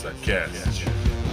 Profissa Cast.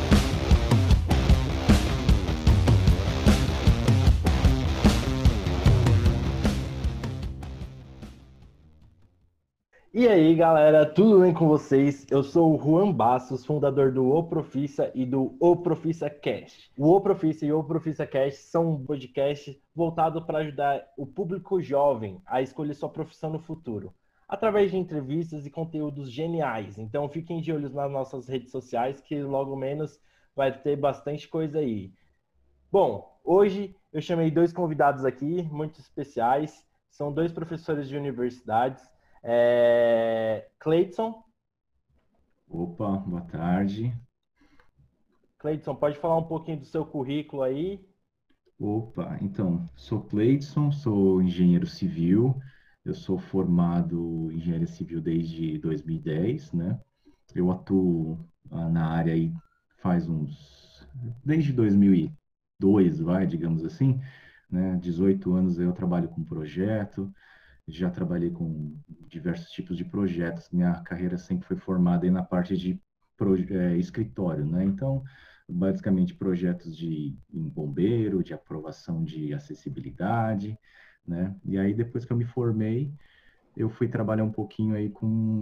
E aí, galera, tudo bem com vocês? Eu sou o Juan Bastos, fundador do O Profissa e do O Profissa Cast. O O Profissa e o O Profissa Cast são um podcast voltado para ajudar o público jovem a escolher sua profissão no futuro, através de entrevistas e conteúdos geniais. Então, fiquem de olho nas nossas redes sociais, que logo menos vai ter bastante coisa aí. Bom, hoje eu chamei dois convidados aqui, muito especiais. São dois professores de universidades. Cleidson. Opa, boa tarde. Cleidson, pode falar um pouquinho do seu currículo aí? Opa, então, sou Cleidson, sou engenheiro civil, eu sou formado em engenharia civil desde 2010, né? Eu atuo na área aí desde 2002, digamos assim, né? 18 anos eu trabalho com projeto, já trabalhei com diversos tipos de projetos. Minha carreira sempre foi formada aí na parte de escritório, né? Então, basicamente projetos em bombeiro, de aprovação de acessibilidade, né? E aí depois que eu me formei, eu fui trabalhar um pouquinho aí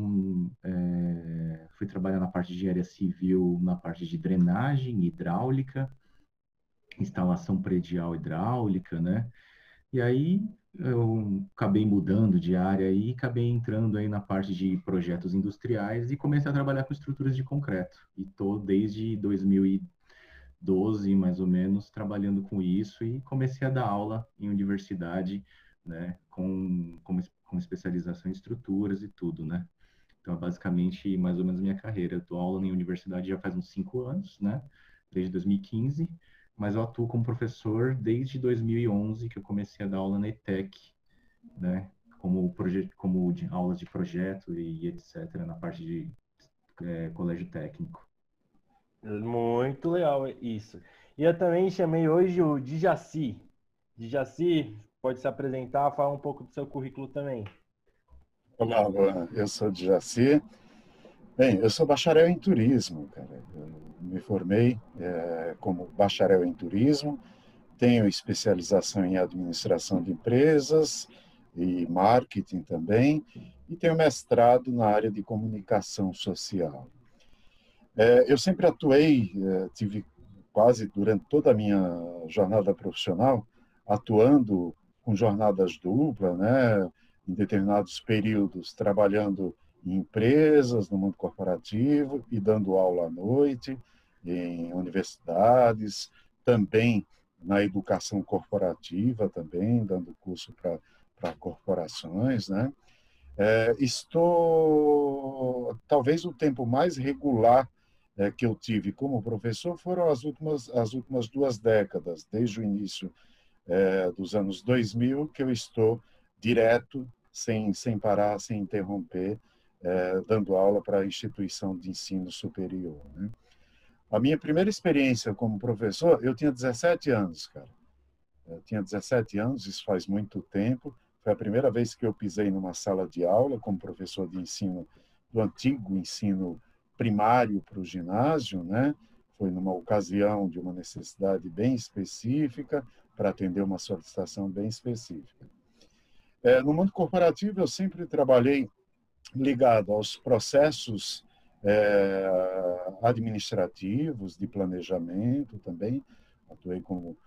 fui trabalhar na parte de engenharia civil, na parte de drenagem hidráulica, instalação predial hidráulica, né? E aí eu acabei mudando de área e acabei entrando aí na parte de projetos industriais e comecei a trabalhar com estruturas de concreto. E estou desde 2012, mais ou menos, trabalhando com isso e comecei a dar aula em universidade, né, com especialização em estruturas e tudo, né? Então, é basicamente, mais ou menos minha carreira. Eu dou aula em universidade já faz uns 5 anos, né? Desde 2015, mas eu atuo como professor desde 2011, que eu comecei a dar aula na ETEC, né? Como de aulas de projeto e etc., na parte de colégio técnico. Muito legal isso. E eu também chamei hoje o Djaci. Djaci, pode se apresentar, falar um pouco do seu currículo também. Olá, Luan. Eu sou de Jaci. Bem, eu sou bacharel em turismo, cara. Eu me formei como bacharel em turismo, tenho especialização em administração de empresas e marketing também, e tenho mestrado na área de comunicação social. Eu sempre atuei, tive quase durante toda a minha jornada profissional, atuando com jornadas duplas, né? Em determinados períodos, trabalhando em empresas, no mundo corporativo e dando aula à noite, em universidades, também na educação corporativa, também dando curso para corporações, né? Talvez o tempo mais regular que eu tive como professor foram as últimas 2 décadas, desde o início dos anos 2000, que eu estou direto, sem parar, sem interromper, dando aula para a instituição de ensino superior, né? A minha primeira experiência como professor, eu tinha 17 anos, cara. Eu tinha 17 anos, isso faz muito tempo. Foi a primeira vez que eu pisei numa sala de aula como professor de ensino do antigo ensino primário para o ginásio, né? Foi numa ocasião de uma necessidade bem específica para atender uma solicitação bem específica. No mundo corporativo, eu sempre trabalhei ligado aos processos administrativos, de planejamento também. Atuei como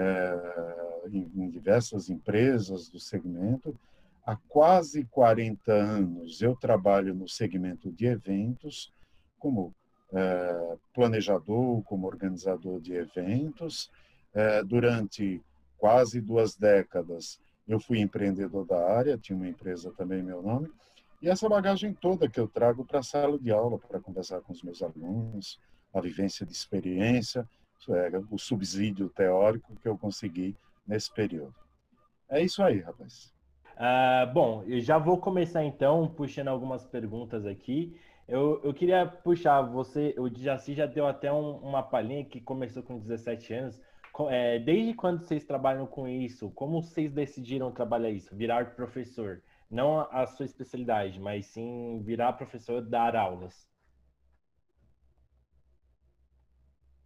em diversas empresas do segmento. Há quase 40 anos eu trabalho no segmento de eventos, como planejador, como organizador de eventos. Durante quase 2 décadas eu fui empreendedor da área, tinha uma empresa também, meu nome, e essa bagagem toda que eu trago para a sala de aula, para conversar com os meus alunos, a vivência de experiência, o subsídio teórico que eu consegui nesse período. É isso aí, rapaz. Bom, eu já vou começar então, puxando algumas perguntas aqui. Eu queria puxar você, o Djaci já deu até uma palhinha que começou com 17 anos. Desde quando vocês trabalham com isso? Como vocês decidiram trabalhar isso? Virar professor? Não a sua especialidade, mas sim virar professor, dar aulas.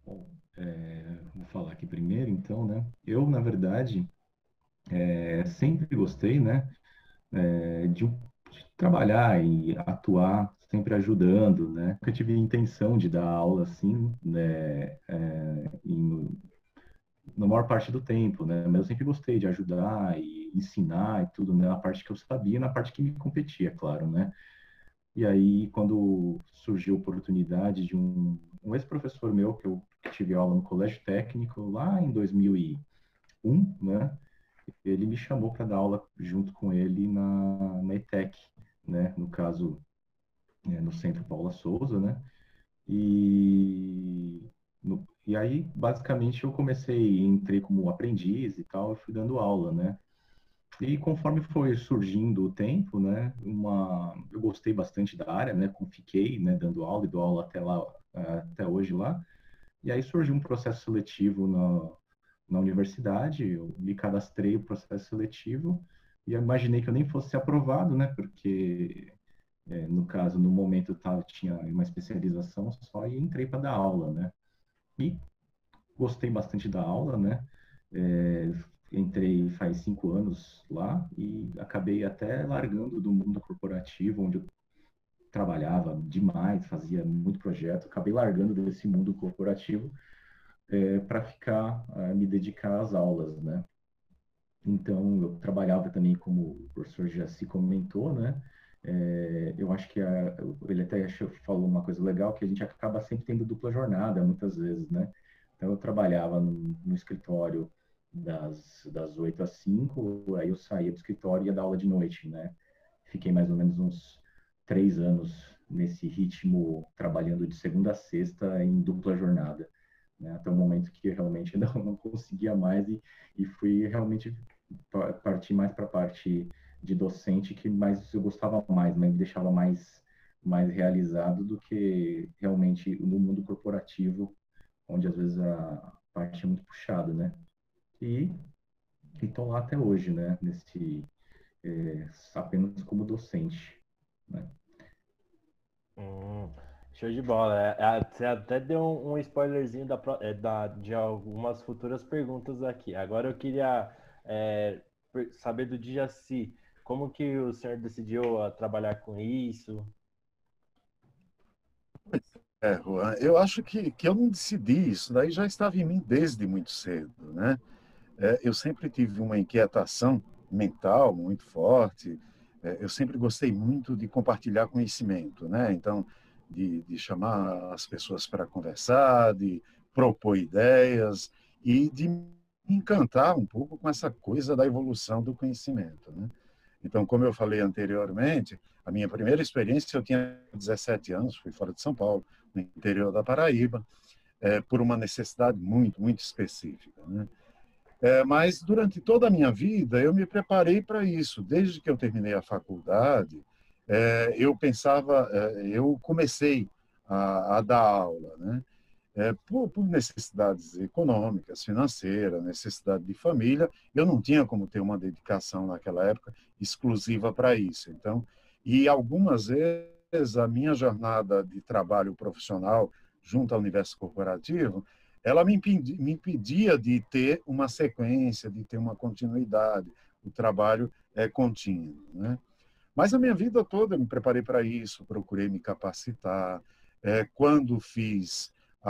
Bom, vou falar aqui primeiro, então, né? Eu, na verdade, sempre gostei, né, de trabalhar e atuar, sempre ajudando, né? Nunca tive intenção de dar aula assim, né, na maior parte do tempo, né? Mas eu sempre gostei de ajudar e ensinar e tudo, né? Na parte que eu sabia, na parte que me competia, claro, né? E aí, quando surgiu a oportunidade de um ex-professor meu, que eu tive aula no colégio técnico lá em 2001, né? Ele me chamou para dar aula junto com ele na ETEC, né? No caso, no Centro Paula Souza, né? E, e aí, basicamente, eu comecei, entrei como aprendiz e tal, eu fui dando aula, né? E conforme foi surgindo o tempo, né, eu gostei bastante da área, né, fiquei, né, dando aula e dou aula até lá, até hoje lá. E aí surgiu um processo seletivo na universidade, eu me cadastrei o processo seletivo e eu imaginei que eu nem fosse ser aprovado, né, porque no caso, no momento eu tinha uma especialização só e entrei para dar aula, né. E gostei bastante da aula, né? É, entrei faz 5 anos lá e acabei até largando do mundo corporativo, onde eu trabalhava demais, fazia muito projeto, acabei largando desse mundo corporativo para ficar, me dedicar às aulas, né? Então, eu trabalhava também, como o professor já se comentou, né? Eu acho que ele até falou uma coisa legal, que a gente acaba sempre tendo dupla jornada, muitas vezes, né? Então, eu trabalhava no escritório das 8 às 5, aí eu saía do escritório e ia dar aula de noite, né? Fiquei mais ou menos uns 3 anos nesse ritmo, trabalhando de segunda a sexta em dupla jornada, né? Até o momento que eu realmente não conseguia mais e fui realmente partir mais para a parte de docente, que mais eu gostava mais, mas me deixava mais realizado do que realmente no mundo corporativo, onde às vezes a parte é muito puxada, né? E estou lá até hoje, né? Apenas como docente, né? Hum, show de bola. Você até deu um spoilerzinho de algumas futuras perguntas aqui. Agora eu queria saber do Djaci, como que o senhor decidiu trabalhar com isso? Juan, eu acho que eu não decidi isso, daí já estava em mim desde muito cedo, né? Eu sempre tive uma inquietação mental muito forte, eu sempre gostei muito de compartilhar conhecimento, né? Então, de chamar as pessoas para conversar, de propor ideias e de me encantar um pouco com essa coisa da evolução do conhecimento, né? Então, como eu falei anteriormente, a minha primeira experiência, eu tinha 17 anos, fui fora de São Paulo, no interior da Paraíba, por uma necessidade muito, muito específica, né? Mas durante toda a minha vida eu me preparei para isso. Desde que eu terminei a faculdade, eu pensava, eu comecei a dar aula, né? Por necessidades econômicas, financeiras, necessidade de família, eu não tinha como ter uma dedicação naquela época exclusiva para isso. Então, e algumas vezes a minha jornada de trabalho profissional junto ao universo corporativo, ela me impedia de ter uma sequência, de ter uma continuidade. O trabalho é contínuo, né? Mas a minha vida toda eu me preparei para isso, procurei me capacitar. Quando fiz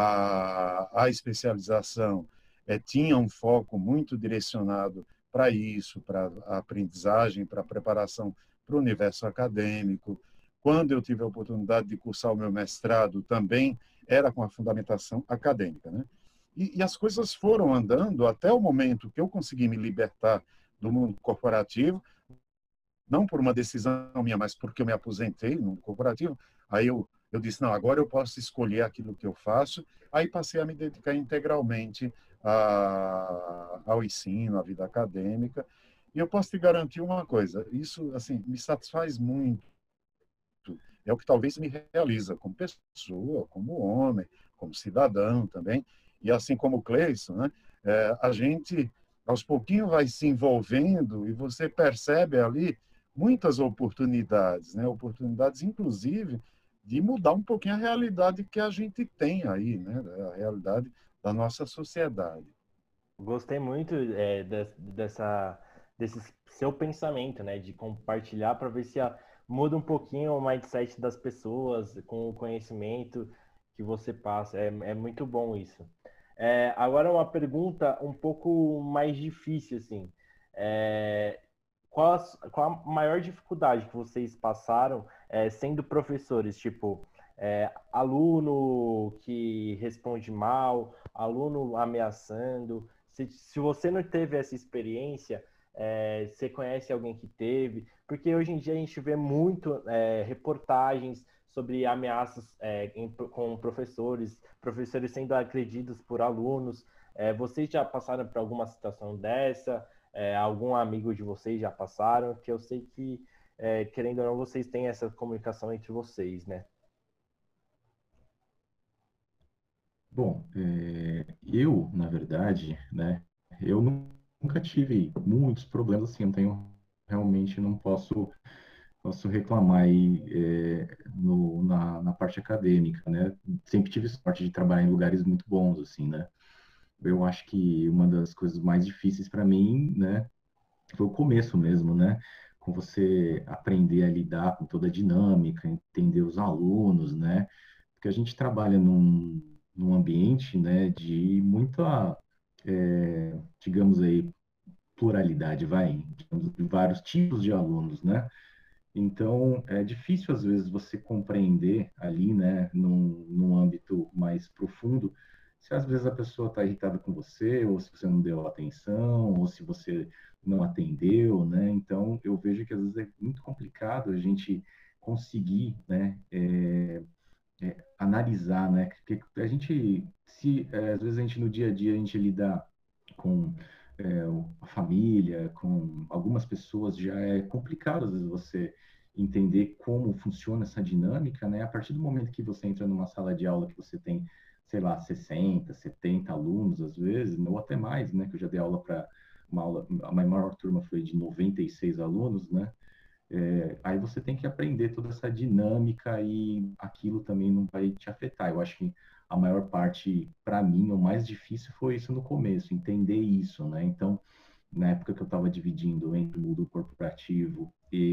a especialização, tinha um foco muito direcionado para isso, para a aprendizagem, para a preparação para o universo acadêmico. Quando eu tive a oportunidade de cursar o meu mestrado, também era com a fundamentação acadêmica, né? E as coisas foram andando até o momento que eu consegui me libertar do mundo corporativo, não por uma decisão minha, mas porque eu me aposentei no corporativo. Aí eu disse, não, agora eu posso escolher aquilo que eu faço. Aí passei a me dedicar integralmente ao ensino, à vida acadêmica. E eu posso te garantir uma coisa, isso assim me satisfaz muito. É o que talvez me realiza como pessoa, como homem, como cidadão também. E assim como o Cleison, né? A gente aos pouquinhos vai se envolvendo e você percebe ali muitas oportunidades, né? Oportunidades, inclusive, de mudar um pouquinho a realidade que a gente tem aí, né? A realidade da nossa sociedade. Gostei muito desse seu pensamento, né? De compartilhar para ver se muda um pouquinho o mindset das pessoas com o conhecimento que você passa. É muito bom isso. Agora uma pergunta um pouco mais difícil, assim. É, qual a maior dificuldade que vocês passaram sendo professores? Tipo, aluno que responde mal, aluno ameaçando. Se você não teve essa experiência, você conhece alguém que teve? Porque hoje em dia a gente vê muito reportagens sobre ameaças com professores, professores sendo agredidos por alunos. Vocês já passaram por alguma situação dessa? Algum amigo de vocês já passaram? Que eu sei que, querendo ou não, vocês têm essa comunicação entre vocês, né? Bom, eu, na verdade, né, eu nunca tive muitos problemas assim, eu tenho, realmente não posso reclamar aí na parte acadêmica, né? Sempre tive sorte de trabalhar em lugares muito bons, assim, né? Eu acho que uma das coisas mais difíceis para mim, né, foi o começo mesmo, né? Com você aprender a lidar com toda a dinâmica, entender os alunos, né? Porque a gente trabalha num ambiente, né, de muita, digamos aí, pluralidade, vai, digamos, de vários tipos de alunos, né? Então, é difícil, às vezes, você compreender ali, né, num âmbito mais profundo, se às vezes a pessoa está irritada com você, ou se você não deu atenção, ou se você não atendeu, né? Então, eu vejo que às vezes é muito complicado a gente conseguir, né, analisar, né? Porque a gente, se às vezes a gente no dia a dia a gente lida com a família, com algumas pessoas, já é complicado às vezes você entender como funciona essa dinâmica, né? A partir do momento que você entra numa sala de aula que você tem, sei lá, 60, 70 alunos às vezes, ou até mais, né? Que eu já dei aula para uma aula, a maior turma foi de 96 alunos, né? Aí você tem que aprender toda essa dinâmica e aquilo também não vai te afetar. Eu acho que a maior parte, para mim, o mais difícil foi isso no começo, entender isso, né? Então, na época que eu estava dividindo entre o mundo corporativo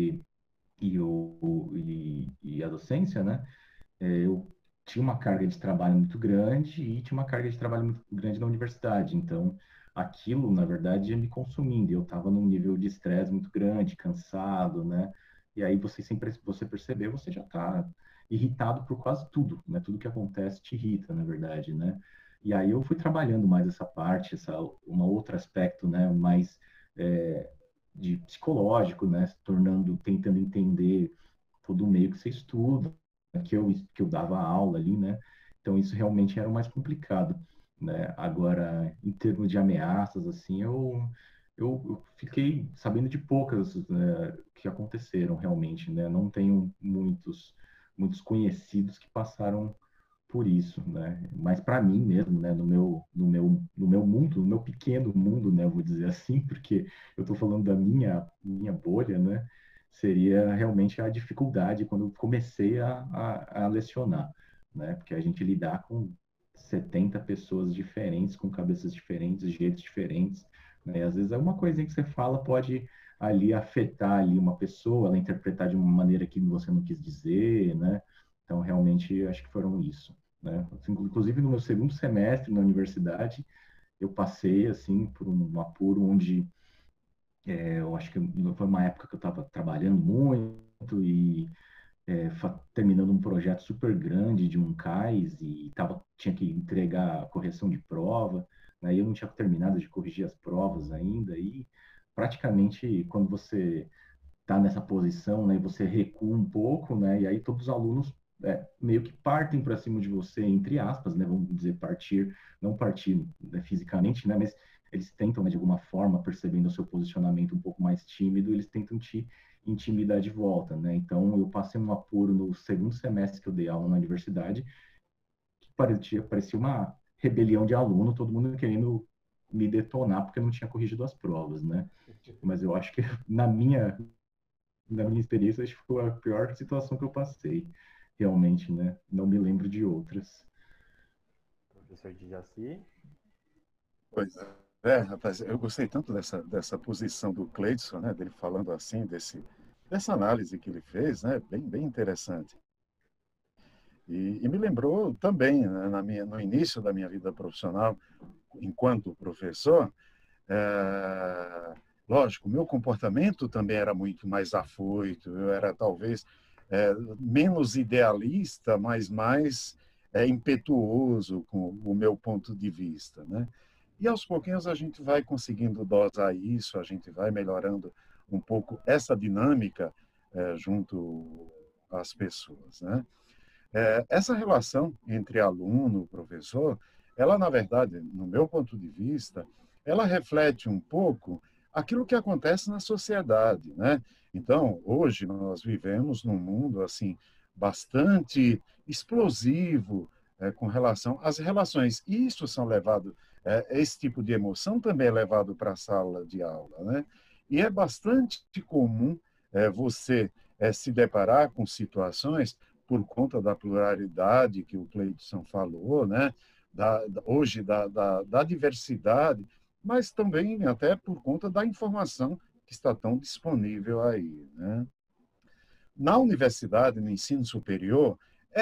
e a docência, né? Eu tinha uma carga de trabalho muito grande e tinha uma carga de trabalho muito grande na universidade. Então, aquilo, na verdade, ia me consumindo. Eu estava num nível de estresse muito grande, cansado, né? E aí você sempre, você perceber, você já está irritado por quase tudo, né? Tudo que acontece te irrita, na verdade, né? E aí eu fui trabalhando mais essa parte, uma outro aspecto, né? Mais é, de psicológico, né? Se tornando, tentando entender todo o meio que você estuda, que eu dava aula ali, né? Então isso realmente era o mais complicado, né? Agora, em termos de ameaças, assim, eu fiquei sabendo de poucas, né, que aconteceram realmente, né? Não tenho muitos conhecidos que passaram por isso, né? Mas para mim mesmo, né? No meu mundo, no meu pequeno mundo, né? Eu vou dizer assim, porque eu estou falando da minha bolha, né? Seria realmente a dificuldade quando eu comecei a lecionar, né? Porque a gente lidar com 70 pessoas diferentes, com cabeças diferentes, jeitos diferentes, né? E às vezes é uma coisinha que você fala pode ali afetar ali uma pessoa, ela interpretar de uma maneira que você não quis dizer, né? Então, realmente, acho que foram isso, né? Inclusive, no meu segundo semestre na universidade, eu passei, assim, por um apuro onde eu acho que foi uma época que eu estava trabalhando muito e terminando um projeto super grande de um CAIS e tinha que entregar a correção de prova, né? E eu não tinha terminado de corrigir as provas ainda e praticamente quando você está nessa posição, né, e você recua um pouco, né, e aí todos os alunos meio que partem para cima de você, entre aspas, né, vamos dizer partir, não partir, né, fisicamente, né, mas eles tentam, né, de alguma forma, percebendo o seu posicionamento um pouco mais tímido, eles tentam te intimidar de volta, né, então eu passei um apuro no segundo semestre que eu dei aula na universidade, que parecia uma rebelião de aluno, todo mundo querendo me detonar porque eu não tinha corrigido as provas, né, mas eu acho que na minha experiência, acho que foi a pior situação que eu passei, realmente, né? Não me lembro de outras. Professor de Jaci. Pois é, rapaz, eu gostei tanto dessa posição do Cleidson, né, dele falando assim, dessa análise que ele fez, né, bem interessante. E me lembrou também, né, no início da minha vida profissional, enquanto professor, é, lógico, meu comportamento também era muito mais afoito, eu era talvez menos idealista, mas mais impetuoso com o meu ponto de vista, né? E aos pouquinhos a gente vai conseguindo dosar isso, a gente vai melhorando um pouco essa dinâmica junto às pessoas, né? Essa relação entre aluno e professor, ela, na verdade, no meu ponto de vista, ela reflete um pouco aquilo que acontece na sociedade, né? Então, hoje nós vivemos num mundo assim bastante explosivo com relação às relações. Isso são levado, esse tipo de emoção também é levado para a sala de aula, né? E é bastante comum você se deparar com situações por conta da pluralidade que o Cleidson falou, né? Hoje da diversidade, mas também até por conta da informação que está tão disponível aí, né? Na universidade, no ensino superior,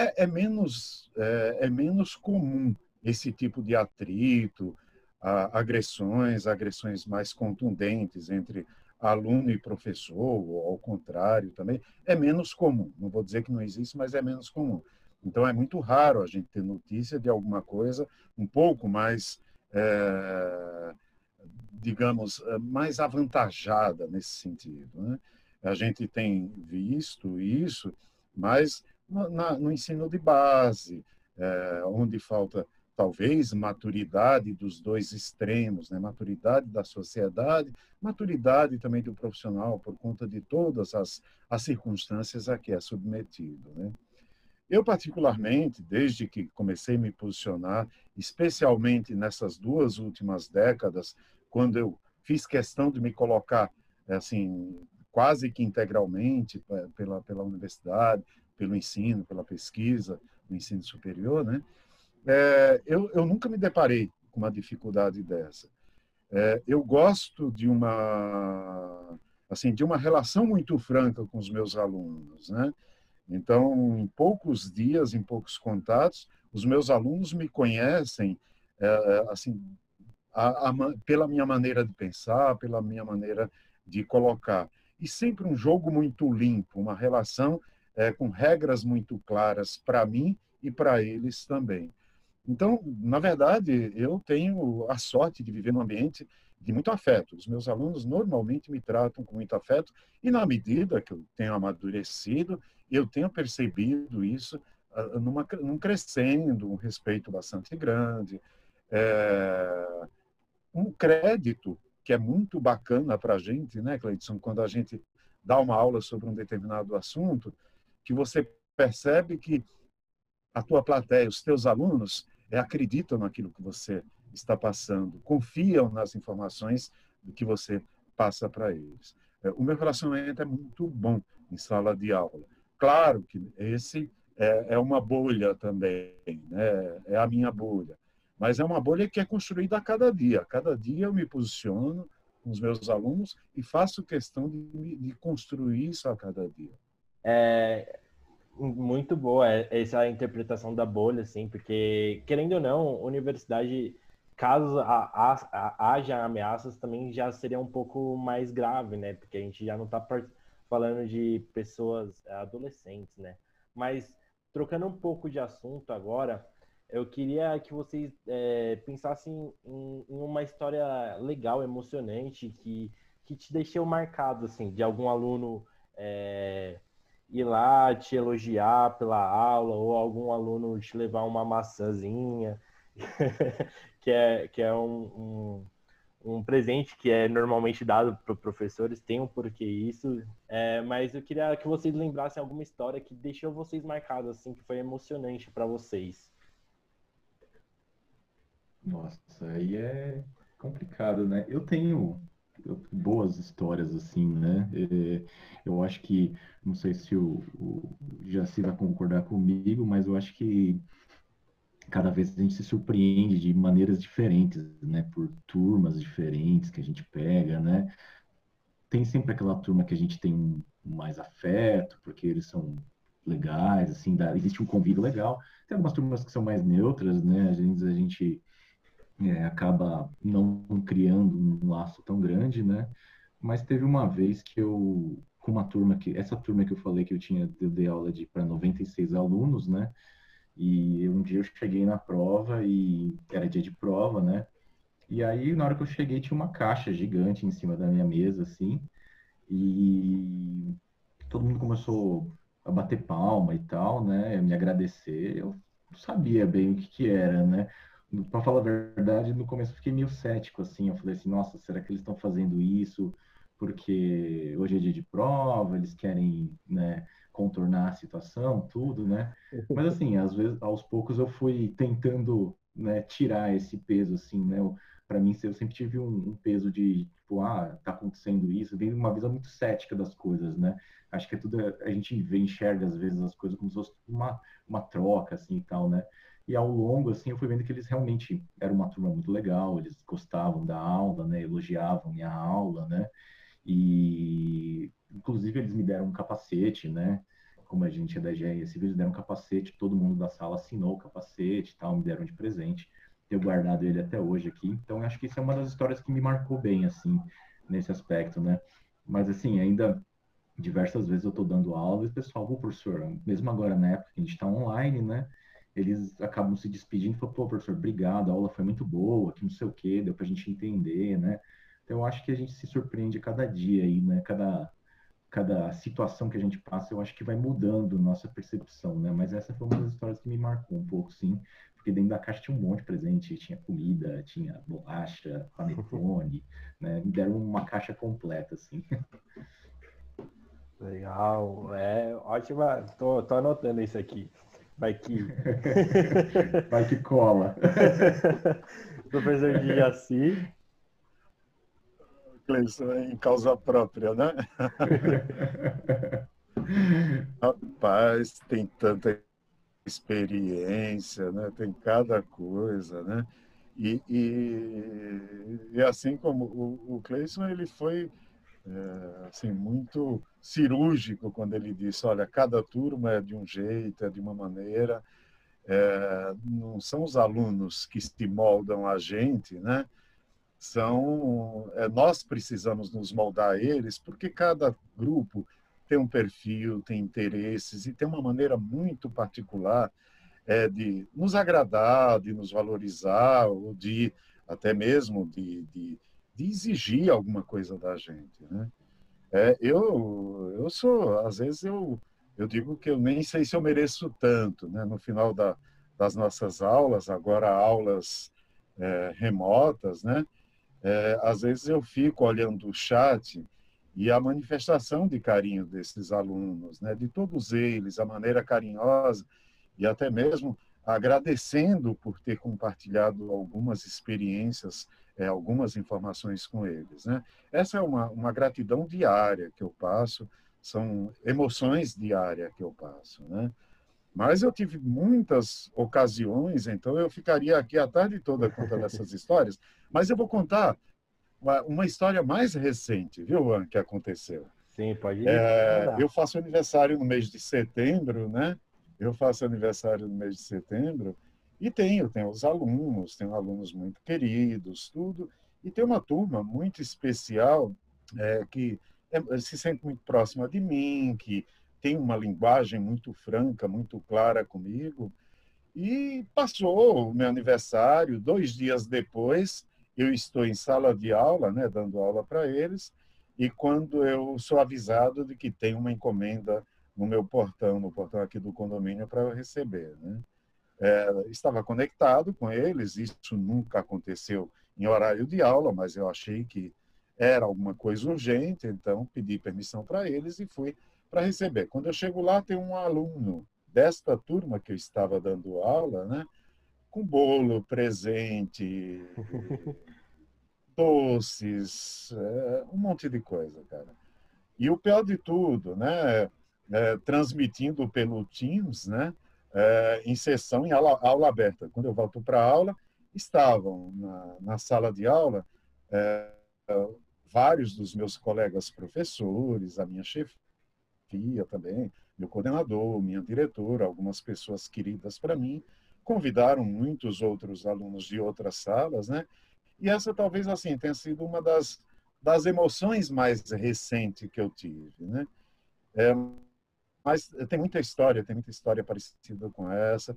é menos comum esse tipo de atrito, agressões mais contundentes entre aluno e professor, ou ao contrário também, é menos comum. Não vou dizer que não existe, mas é menos comum. Então, é muito raro a gente ter notícia de alguma coisa um pouco mais, digamos, mais avantajada nesse sentido, né? A gente tem visto isso, mas no ensino de base, onde falta talvez maturidade dos dois extremos, né? Maturidade da sociedade, maturidade também do profissional, por conta de todas as circunstâncias a que é submetido, né? Eu, particularmente, desde que comecei a me posicionar, especialmente nessas 2 últimas décadas, quando eu fiz questão de me colocar, assim, quase que integralmente pela universidade, pelo ensino, pela pesquisa, no ensino superior, né? Eu nunca me deparei com uma dificuldade dessa. Eu gosto de uma relação muito franca com os meus alunos, né? Então, em poucos dias, em poucos contatos, os meus alunos me conhecem assim pela minha maneira de pensar, pela minha maneira de colocar. E sempre um jogo muito limpo, uma relação com regras muito claras para mim e para eles também. Então, na verdade, eu tenho a sorte de viver num ambiente de muito afeto. Os meus alunos normalmente me tratam com muito afeto e, na medida que eu tenho amadurecido, eu tenho percebido isso num crescendo, um respeito bastante grande, é, um crédito que é muito bacana para a gente, né, Cleidson, quando a gente dá uma aula sobre um determinado assunto, que você percebe que a tua plateia, os teus alunos, acreditam naquilo que você está passando, confiam nas informações que você passa para eles. O meu relacionamento é muito bom em sala de aula. Claro que esse é uma bolha também, né? É a minha bolha. Mas é uma bolha que é construída a cada dia. A cada dia eu me posiciono com os meus alunos e faço questão de construir isso a cada dia. É muito boa essa interpretação da bolha, assim, porque, querendo ou não, universidade, caso haja ameaças, também já seria um pouco mais grave, né? Porque a gente já não está falando de pessoas adolescentes, né? Mas, trocando um pouco de assunto agora, eu queria que vocês pensassem em uma história legal, emocionante, que te deixou marcado, assim, de algum aluno ir lá te elogiar pela aula, ou algum aluno te levar uma maçãzinha, que é um presente que é normalmente dado para professores, tem um porquê isso, mas eu queria que vocês lembrassem alguma história que deixou vocês marcados, assim, que foi emocionante para vocês. Nossa, aí é complicado, né? Boas histórias assim, né? Eu acho que, não sei se o Jaci vai concordar comigo, mas eu acho que cada vez a gente se surpreende de maneiras diferentes, né? Por turmas diferentes que a gente pega, né? Tem sempre aquela turma que a gente tem mais afeto, porque eles são legais, assim, existe um convívio legal. Tem algumas turmas que são mais neutras, né? A gente acaba não criando um laço tão grande, né? Mas teve uma vez que eu, com uma turma essa turma que eu falei que eu dei aula para 96 alunos, né? E um dia eu cheguei na prova e era dia de prova, né? E aí, na hora que eu cheguei, tinha uma caixa gigante em cima da minha mesa, assim, e todo mundo começou a bater palma e tal, né? Me agradecer. Eu não sabia bem o que que era, né? Para falar a verdade, no começo eu fiquei meio cético, assim. Eu falei assim, nossa, será que eles estão fazendo isso porque hoje é dia de prova, eles querem, né, contornar a situação, tudo, né? Mas assim, às vezes, aos poucos eu fui tentando, né, tirar esse peso, assim, né? Para mim, eu sempre tive um peso de, tipo, tá acontecendo isso. Eu tenho uma visão muito cética das coisas, né? Acho que é tudo, a gente vê, enxerga às vezes as coisas como se fosse uma troca, assim, e tal, né? E ao longo, assim, eu fui vendo que eles realmente eram uma turma muito legal, eles gostavam da aula, né? Elogiavam minha aula, né? E, inclusive, eles me deram um capacete, né? Como a gente é da engenharia civil, eles deram um capacete, todo mundo da sala assinou o capacete e tal, me deram de presente. Tenho guardado ele até hoje aqui. Então, acho que isso é uma das histórias que me marcou bem, assim, nesse aspecto, né? Mas, assim, ainda diversas vezes eu estou dando aula e o pessoal, o professor, mesmo agora na época que a gente está online, né? Eles acabam se despedindo e falam, pô, professor, obrigado, a aula foi muito boa, que não sei o quê, deu para a gente entender, né? Então, eu acho que a gente se surpreende cada dia aí, né? Cada situação que a gente passa, eu acho que vai mudando nossa percepção, né? Mas essa foi uma das histórias que me marcou um pouco, sim, porque dentro da caixa tinha um monte de presente, tinha comida, tinha bolacha, panetone, né? Me deram uma caixa completa, assim. Legal, é ótima. Tô anotando isso aqui. Vai que. Vai que cola. Professor de Jaci. Cleison, em causa própria, né? Rapaz, tem tanta experiência, né? Tem cada coisa, né? E assim como o Cleison, ele foi assim, muito cirúrgico quando ele disse, olha, cada turma é de um jeito, é de uma maneira, não são os alunos que se moldam a gente, né? Nós precisamos nos moldar a eles, porque cada grupo tem um perfil, tem interesses e tem uma maneira muito particular de nos agradar, de nos valorizar, ou de até mesmo de exigir alguma coisa da gente, né? Eu sou, às vezes eu digo que eu nem sei se eu mereço tanto, né? No final das nossas aulas, agora aulas remotas, né? Às vezes eu fico olhando o chat e a manifestação de carinho desses alunos, né? De todos eles, a maneira carinhosa e até mesmo agradecendo por ter compartilhado algumas experiências, algumas informações com eles, né? Essa é uma gratidão diária que eu passo, são emoções diárias que eu passo, né? Mas eu tive muitas ocasiões, então eu ficaria aqui a tarde toda contando essas histórias, mas eu vou contar uma história mais recente, viu, Juan, que aconteceu. Sim, pode Eu mandar. faço aniversário no mês de setembro, né? Eu faço aniversário no mês de setembro e tenho os alunos, tenho alunos muito queridos, tudo, e tem uma turma muito especial que se sente muito próxima de mim, que tem uma linguagem muito franca, muito clara comigo, e passou o meu aniversário, 2 dias depois, eu estou em sala de aula, né, dando aula para eles, e quando eu sou avisado de que tem uma encomenda no meu portão, no portão aqui do condomínio, para eu receber, né? Estava conectado com eles, isso nunca aconteceu em horário de aula, mas eu achei que era alguma coisa urgente, então pedi permissão para eles e fui para receber. Quando eu chego lá, tem um aluno desta turma que eu estava dando aula, né, com bolo, presente, doces, um monte de coisa, cara. E o pior de tudo, né, transmitindo pelo Teams, né, em sessão, em aula aberta. Quando eu volto para a aula, estavam na sala de aula vários dos meus colegas professores, a minha chefia também, meu coordenador, minha diretora, algumas pessoas queridas para mim, convidaram muitos outros alunos de outras salas, né? E essa talvez assim tenha sido uma das emoções mais recentes que eu tive, né? Mas tem muita história parecida com essa.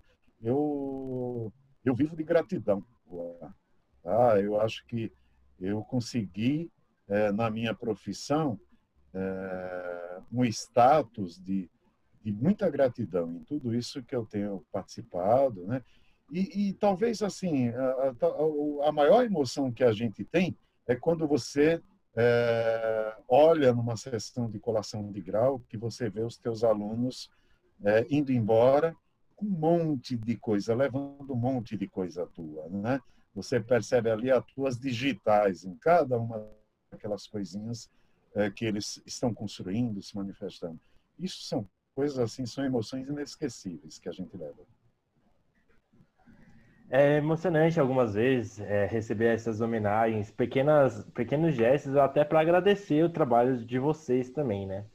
Eu vivo de gratidão. Tá? Eu acho que eu consegui, na minha profissão, um status de muita gratidão em tudo isso que eu tenho participado, né? E talvez assim a maior emoção que a gente tem é quando você olha numa sessão de colação de grau que você vê os teus alunos indo embora com um monte de coisa, levando um monte de coisa tua, né? Você percebe ali as tuas digitais em cada uma daquelas coisinhas que eles estão construindo, se manifestando. Isso são coisas assim, são emoções inesquecíveis que a gente leva. É emocionante algumas vezes receber essas homenagens, pequenos gestos, até para agradecer o trabalho de vocês também, né?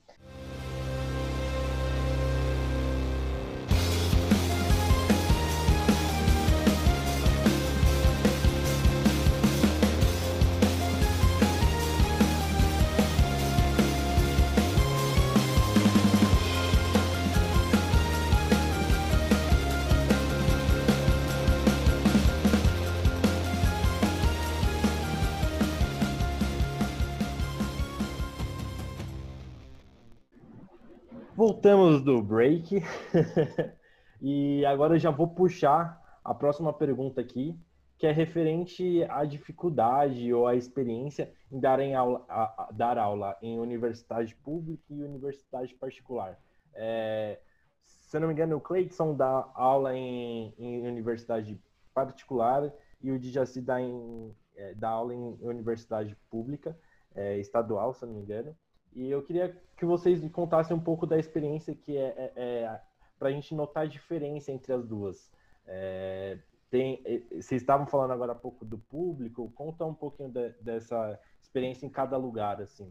Voltamos do break e agora eu já vou puxar a próxima pergunta aqui, que é referente à dificuldade ou à experiência em dar aula em universidade pública e universidade particular. Se eu não me engano, o Cleiton dá aula em universidade particular e o Djaci dá aula em universidade pública, estadual, se eu não me engano. E eu queria que vocês me contassem um pouco da experiência que para a gente notar a diferença entre as duas. Vocês estavam falando agora há pouco do público, conta um pouquinho dessa experiência em cada lugar, assim.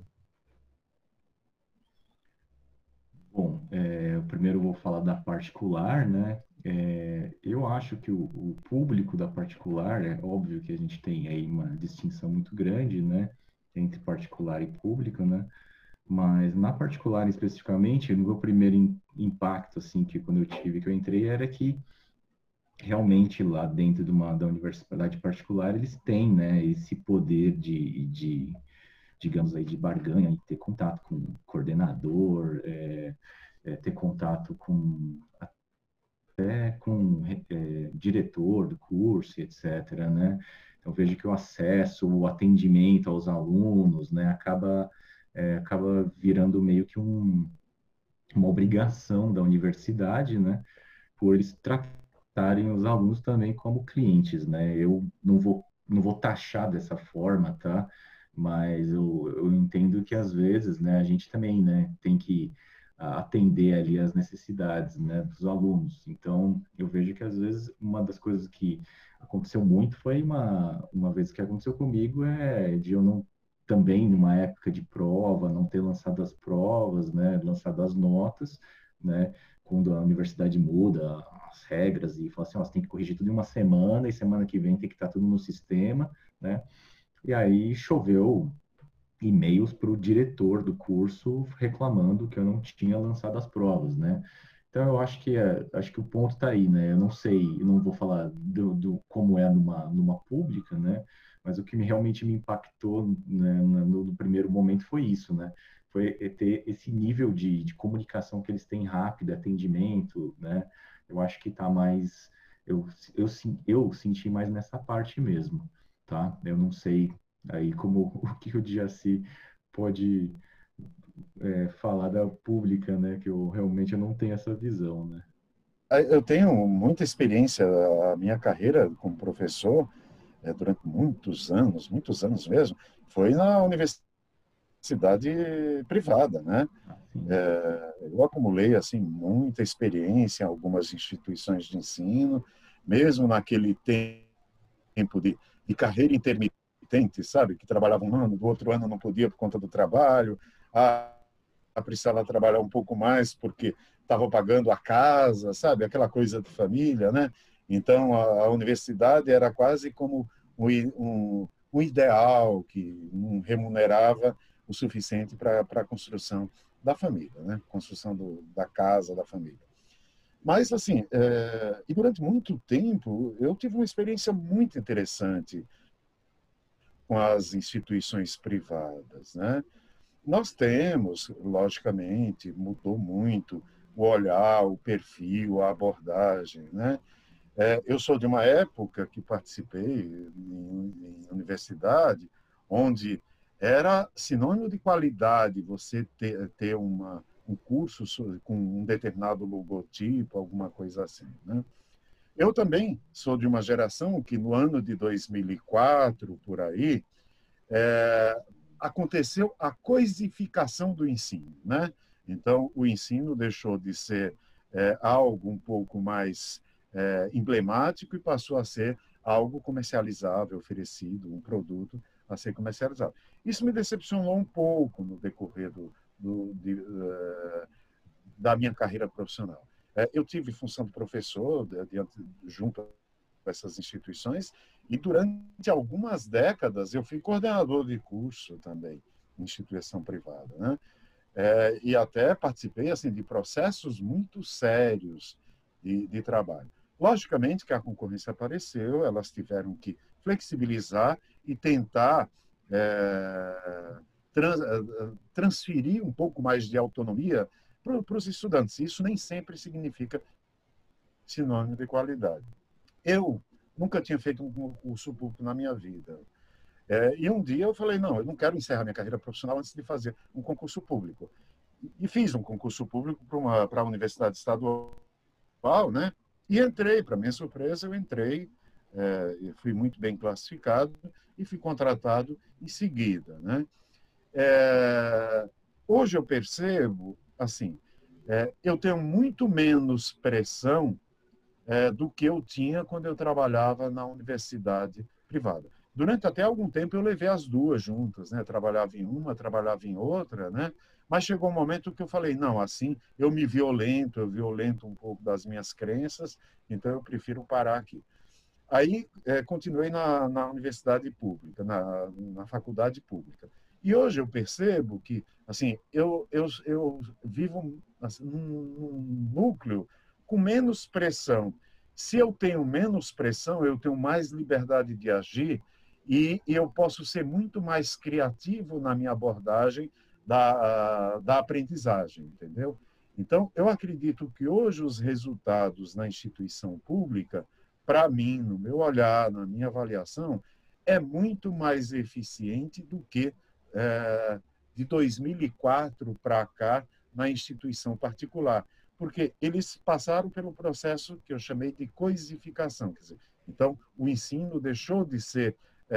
Bom, primeiro eu vou falar da particular, né? Eu acho que o público da particular, é óbvio que a gente tem aí uma distinção muito grande, né? Entre particular e público, né? Mas na particular especificamente, o meu primeiro impacto, assim, que quando que eu entrei, era que realmente lá dentro da universidade particular eles têm, né, esse poder digamos aí, de barganha, e ter contato com o coordenador, ter contato até com diretor do curso, etc., né? Então vejo que o acesso, o atendimento aos alunos, né, acaba virando meio que uma obrigação da universidade, né, por eles tratarem os alunos também como clientes, né. Eu não vou taxar dessa forma, tá? Mas eu entendo que às vezes, né, a gente também, né, tem que atender ali as necessidades, né, dos alunos. Então, eu vejo que às vezes uma das coisas que aconteceu muito foi uma vez que aconteceu comigo de eu não também numa época de prova, não ter lançado as provas, né, lançado as notas, né, quando a universidade muda as regras e fala assim, você tem que corrigir tudo em uma semana, e semana que vem tem que estar tudo no sistema, né, e aí choveu e-mails para o diretor do curso reclamando que eu não tinha lançado as provas, né. Então, eu acho que o ponto está aí, né? Eu não sei, eu não vou falar do como é numa pública, né? Mas o que realmente me impactou, né, no primeiro momento foi isso, né? Foi ter esse nível de comunicação que eles têm rápido, atendimento, né? Eu acho que está mais... Eu senti mais nessa parte mesmo, tá? Eu não sei aí o que o Djaci pode falar da pública, né? Que eu não tenho essa visão, né? Eu tenho muita experiência, a minha carreira como professor, durante muitos anos mesmo, foi na universidade privada, né? Eu acumulei assim muita experiência em algumas instituições de ensino, mesmo naquele tempo de carreira intermitente, sabe? Que trabalhava um ano, do outro ano não podia por conta do trabalho, precisava trabalhar um pouco mais porque estava pagando a casa, sabe? Aquela coisa de família, né? Então, a universidade era quase como um ideal que não remunerava o suficiente para a construção da família, né? Construção da casa, da família. Mas, assim, e durante muito tempo, eu tive uma experiência muito interessante com as instituições privadas, né? Nós temos, logicamente, mudou muito o olhar, o perfil, a abordagem, né? Eu sou de uma época que participei em universidade, onde era sinônimo de qualidade você ter um curso com um determinado logotipo, alguma coisa assim, né? Eu também sou de uma geração que, no ano de 2004, por aí, aconteceu a coisificação do ensino, né? Então, o ensino deixou de ser algo um pouco mais emblemático e passou a ser algo comercializável, oferecido, um produto a ser comercializado. Isso me decepcionou um pouco no decorrer da minha carreira profissional. Eu tive função de professor junto a essas instituições e durante algumas décadas eu fui coordenador de curso também em instituição privada, né? E até participei assim de processos muito sérios de trabalho. Logicamente que a concorrência apareceu, elas tiveram que flexibilizar e tentar transferir um pouco mais de autonomia para os estudantes. Isso nem sempre significa sinônimo de qualidade. Eu nunca tinha feito um concurso público na minha vida. E um dia eu falei, não, eu não quero encerrar minha carreira profissional antes de fazer um concurso público. E fiz um concurso público para a Universidade Estadual, né? E entrei, para minha surpresa, eu entrei, fui muito bem classificado e fui contratado em seguida, né? Hoje eu percebo, assim, eu tenho muito menos pressão do que eu tinha quando eu trabalhava na universidade privada. Durante até algum tempo eu levei as duas juntas, né? Trabalhava em uma, trabalhava em outra, né? Mas chegou um momento que eu falei, não, assim, eu violento um pouco das minhas crenças, então eu prefiro parar aqui. Aí continuei na universidade pública, na faculdade pública. E hoje eu percebo que, assim, eu vivo assim, num núcleo com menos pressão. Se eu tenho menos pressão, eu tenho mais liberdade de agir e eu posso ser muito mais criativo na minha abordagem da aprendizagem, entendeu? Então, eu acredito que hoje os resultados na instituição pública, para mim, no meu olhar, na minha avaliação, é muito mais eficiente do que de 2004 para cá na instituição particular, porque eles passaram pelo processo que eu chamei de coisificação. Quer dizer, então, o ensino deixou de ser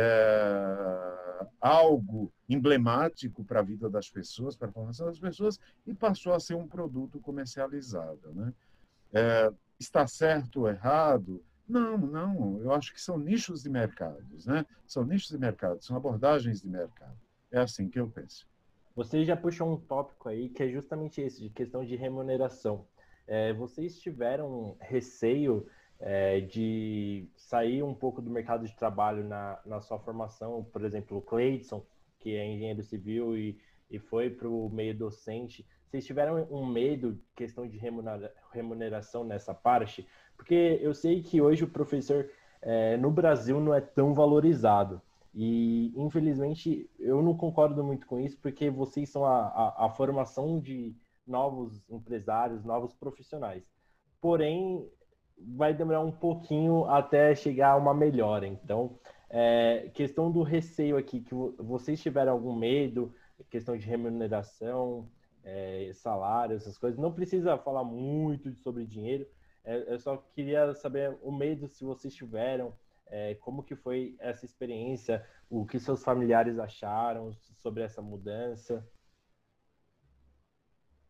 algo emblemático para a vida das pessoas, para a formação das pessoas, e passou a ser um produto comercializado, né? Está certo ou errado? Não, não. Eu acho que são nichos de mercados, né? São nichos de mercado, são abordagens de mercado. É assim que eu penso. Você já puxou um tópico aí que é justamente esse, de questão de remuneração. Vocês tiveram receio de sair um pouco do mercado de trabalho na sua formação? Por exemplo, o Cleidson, que é engenheiro civil e foi para o meio docente. Vocês tiveram um medo, questão de remuneração nessa parte? Porque eu sei que hoje o professor no Brasil não é tão valorizado. E, infelizmente, eu não concordo muito com isso, porque vocês são a formação de novos empresários, novos profissionais. Porém, vai demorar um pouquinho até chegar a uma melhora. Então, questão do receio aqui, que vocês tiveram algum medo, questão de remuneração, salário, essas coisas. Não precisa falar muito sobre dinheiro, eu só queria saber o medo se vocês tiveram, como que foi essa experiência, o que seus familiares acharam sobre essa mudança.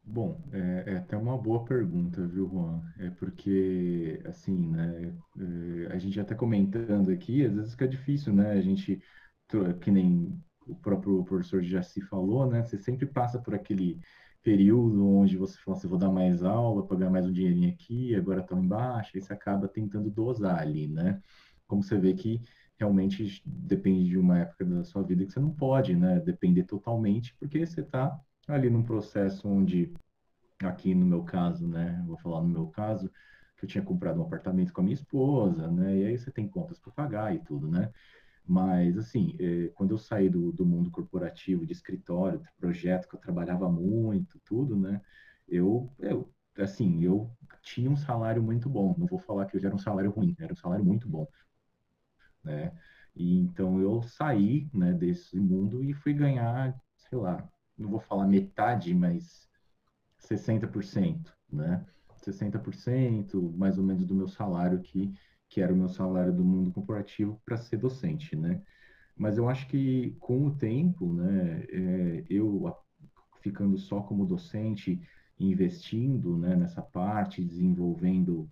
Bom, é até uma boa pergunta, viu, Juan? É porque, assim, né, a gente até comentando aqui, às vezes fica difícil, né? A gente, que nem o próprio professor já se falou, né? Você sempre passa por aquele período onde você fala assim, vou dar mais aula, pagar mais um dinheirinho aqui, agora estão embaixo, aí você acaba tentando dosar ali, né? Como você vê que realmente depende de uma época da sua vida que você não pode, né? Depender totalmente, porque você está ali num processo onde, aqui no meu caso, né, vou falar no meu caso, que eu tinha comprado um apartamento com a minha esposa, né, e aí você tem contas para pagar e tudo, né, mas, assim, quando eu saí do mundo corporativo, de escritório, de projeto, que eu trabalhava muito, tudo, né, assim, eu tinha um salário muito bom, não vou falar que eu já era um salário ruim, era um salário muito bom, né, e então eu saí, né, desse mundo e fui ganhar, sei lá, não vou falar metade, mas 60%, né? 60% mais ou menos do meu salário que era o meu salário do mundo corporativo para ser docente, né? Mas eu acho que com o tempo, né, ficando só como docente, investindo, né, nessa parte, desenvolvendo,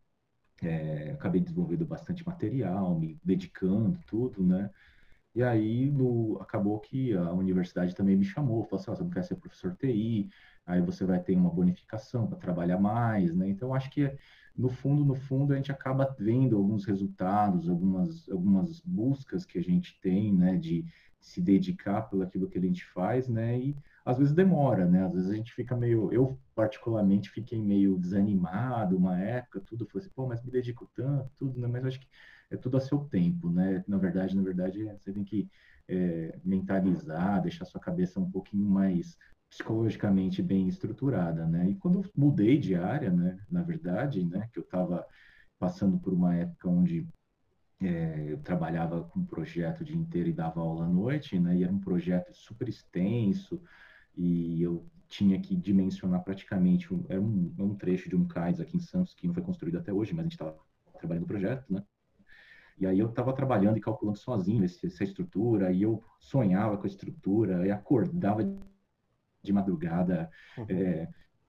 acabei desenvolvendo bastante material, me dedicando, tudo, né? E aí acabou que a universidade também me chamou, falou assim, "Ó, você não quer ser professor TI, aí você vai ter uma bonificação para trabalhar mais, né? Então, acho que no fundo, a gente acaba vendo alguns resultados, algumas buscas que a gente tem, né, de se dedicar pelo aquilo que a gente faz, né? E às vezes demora, né? Às vezes a gente fica meio, eu particularmente fiquei meio desanimado uma época, tudo, falei assim, pô, mas me dedico tanto, tudo, né? Mas acho que é tudo a seu tempo, né? Na verdade, você tem que mentalizar, deixar sua cabeça um pouquinho mais psicologicamente bem estruturada, né? E quando eu mudei de área, né, na verdade, né, que eu estava passando por uma época onde eu trabalhava com um projeto o dia inteiro e dava aula à noite, né? E era um projeto super extenso e eu tinha que dimensionar praticamente um trecho de um cais aqui em Santos que não foi construído até hoje, mas a gente estava trabalhando no projeto, né? E aí eu estava trabalhando e calculando sozinho essa estrutura, e eu sonhava com a estrutura, e acordava de madrugada é,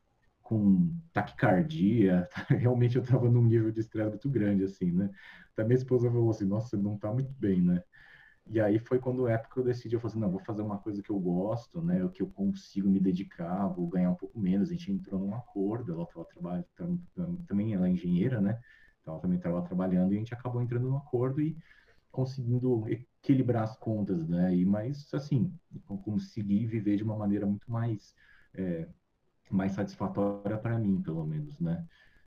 com taquicardia. Realmente eu estava num nível de estresse muito grande, assim, né? Até minha esposa falou assim, nossa, você não está muito bem, né? E aí foi quando a época eu decidi, eu falei assim, não, vou fazer uma coisa que eu gosto, né? O que eu consigo me dedicar, vou ganhar um pouco menos. A gente entrou num acordo, ela estava trabalhando, também ela é engenheira, né? Então ela também estava trabalhando e a gente acabou entrando num acordo e conseguindo equilibrar as contas, né? E mas assim, conseguir viver de uma maneira muito é, mais satisfatória para mim, pelo menos, né?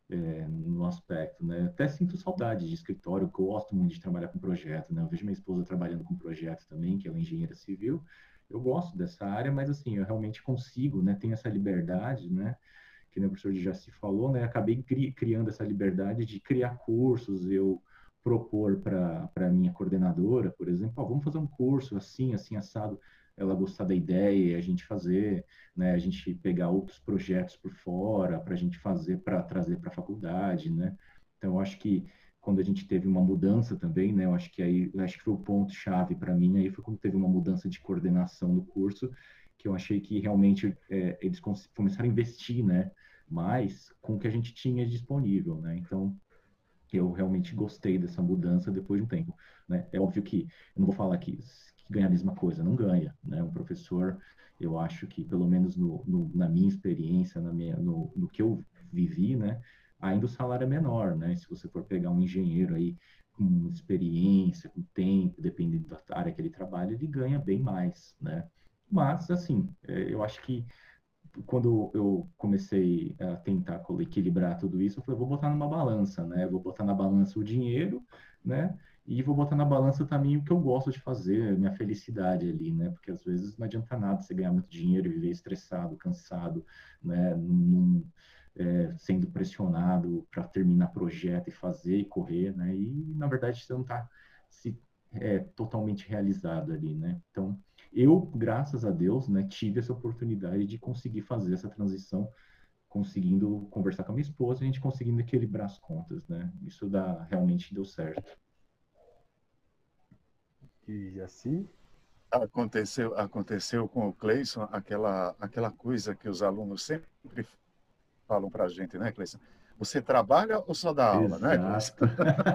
No aspecto, né? Até sinto saudade de escritório, gosto muito de trabalhar com projeto, né? Eu vejo minha esposa trabalhando com projeto também, que ela é engenheira civil. Eu gosto dessa área, mas assim, eu realmente consigo, né? Tenho essa liberdade, né? Que nem o professor já se falou, né? Acabei criando essa liberdade de criar cursos, eu propor para a minha coordenadora, por exemplo, oh, vamos fazer um curso assim, assim, assado, ela gostar da ideia e a gente fazer, né? A gente pegar outros projetos por fora para a gente fazer, para trazer para a faculdade, né? Então, eu acho que quando a gente teve uma mudança também, né? Eu acho que foi o ponto chave para mim aí foi quando teve uma mudança de coordenação no curso, que eu achei que realmente eles começaram a investir, né? Mas com o que a gente tinha disponível, né? Então, eu realmente gostei dessa mudança depois de um tempo, né? É óbvio que eu não vou falar que ganha a mesma coisa, não ganha, né? Um professor, eu acho que pelo menos na minha experiência, no que eu vivi, né? Ainda o salário é menor, né? Se você for pegar um engenheiro aí com experiência, com tempo, dependendo da área que ele trabalha, ele ganha bem mais, né? Mas, assim, eu acho que quando eu comecei a tentar equilibrar tudo isso, eu falei, vou botar numa balança, né? Vou botar na balança o dinheiro, né? E vou botar na balança também o que eu gosto de fazer, a minha felicidade ali, né? Porque às vezes não adianta nada você ganhar muito dinheiro e viver estressado, cansado, né? Sendo pressionado para terminar projeto e fazer e correr, né? E na verdade você não está totalmente realizado ali, né? Então eu, graças a Deus, né, tive essa oportunidade de conseguir fazer essa transição, conseguindo conversar com a minha esposa, a gente conseguindo equilibrar as contas, né? Isso realmente deu certo. E assim, Aconteceu com o Cleison aquela coisa que os alunos sempre falam para a gente, né, Cleiton? Você trabalha ou só dá aula, né, Cleiton? Exato.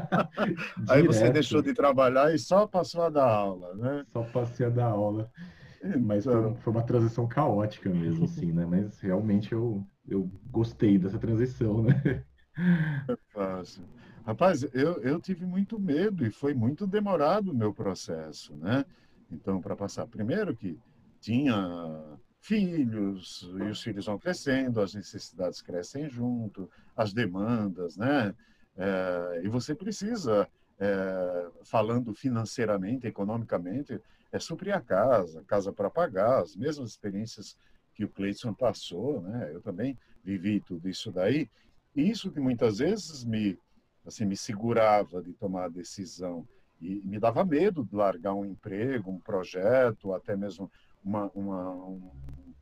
Aí você deixou Direto. de trabalhar e só passou a dar aula, né? Só passei a dar aula. Mas Então, foi uma transição caótica mesmo, assim, né? Mas realmente eu gostei dessa transição, né? fácil. Rapaz, eu tive muito medo e foi muito demorado o meu processo, né? Então, para passar, primeiro que tinha filhos, e os filhos vão crescendo, as necessidades crescem junto, as demandas, né? E você precisa, falando financeiramente, economicamente, suprir a casa para pagar, as mesmas experiências que o Cleiton passou, né? Eu também vivi tudo isso daí. Isso que muitas vezes me segurava de tomar a decisão e me dava medo de largar um emprego, um projeto, até mesmo uma, uma, um,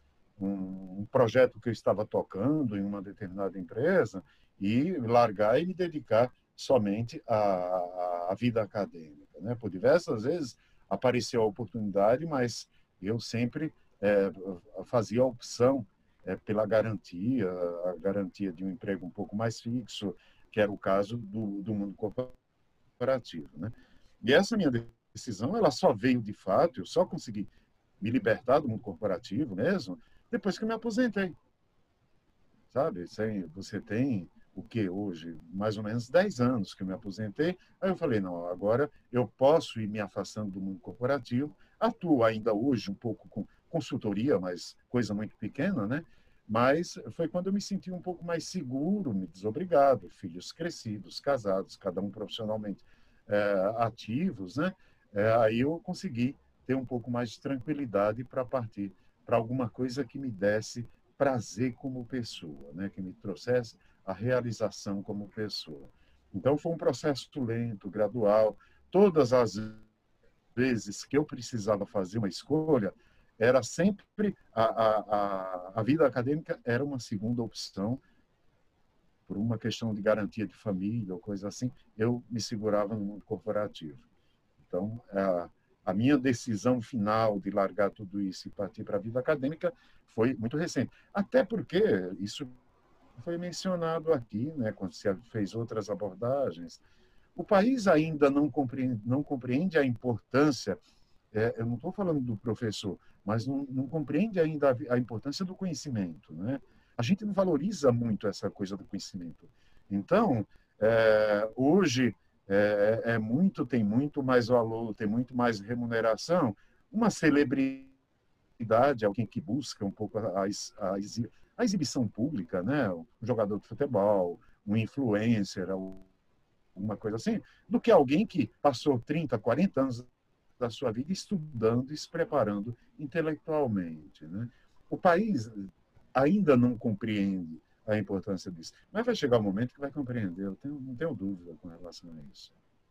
um projeto que eu estava tocando em uma determinada empresa e largar e me dedicar somente à vida acadêmica, né? Por diversas vezes apareceu a oportunidade, mas eu sempre fazia a opção pela garantia, a garantia de um emprego um pouco mais fixo, que era o caso do mundo corporativo, né? E essa minha decisão, ela só veio de fato, eu só consegui me libertar do mundo corporativo mesmo, depois que eu me aposentei, sabe? Você tem o que hoje? Mais ou menos 10 anos que eu me aposentei. Aí eu falei, não, agora eu posso ir me afastando do mundo corporativo, atuo ainda hoje um pouco com consultoria, mas coisa muito pequena, né? Mas foi quando eu me senti um pouco mais seguro, me desobrigado, filhos crescidos, casados, cada um profissionalmente ativos, né? Aí eu consegui ter um pouco mais de tranquilidade para partir para alguma coisa que me desse prazer como pessoa, né? Que me trouxesse a realização como pessoa. Então, foi um processo lento, gradual. Todas as vezes que eu precisava fazer uma escolha, era sempre a vida acadêmica era uma segunda opção, por uma questão de garantia de família ou coisa assim, eu me segurava no mundo corporativo. Então, a minha decisão final de largar tudo isso e partir para a vida acadêmica foi muito recente. Até porque isso foi mencionado aqui, né, quando se fez outras abordagens. O país ainda não compreende a importância, eu não estou falando do professor, mas não compreende ainda a importância do conhecimento, né? A gente não valoriza muito essa coisa do conhecimento. Então, hoje, tem muito mais valor, tem muito mais remuneração. Uma celebridade, alguém que busca um pouco a exibição pública, né? Um jogador de futebol, um influencer, alguma coisa assim, do que alguém que passou 30, 40 anos da sua vida estudando e se preparando intelectualmente, né? O país ainda não compreende a importância disso, mas vai chegar um momento que vai compreender, não tenho dúvida com relação a isso.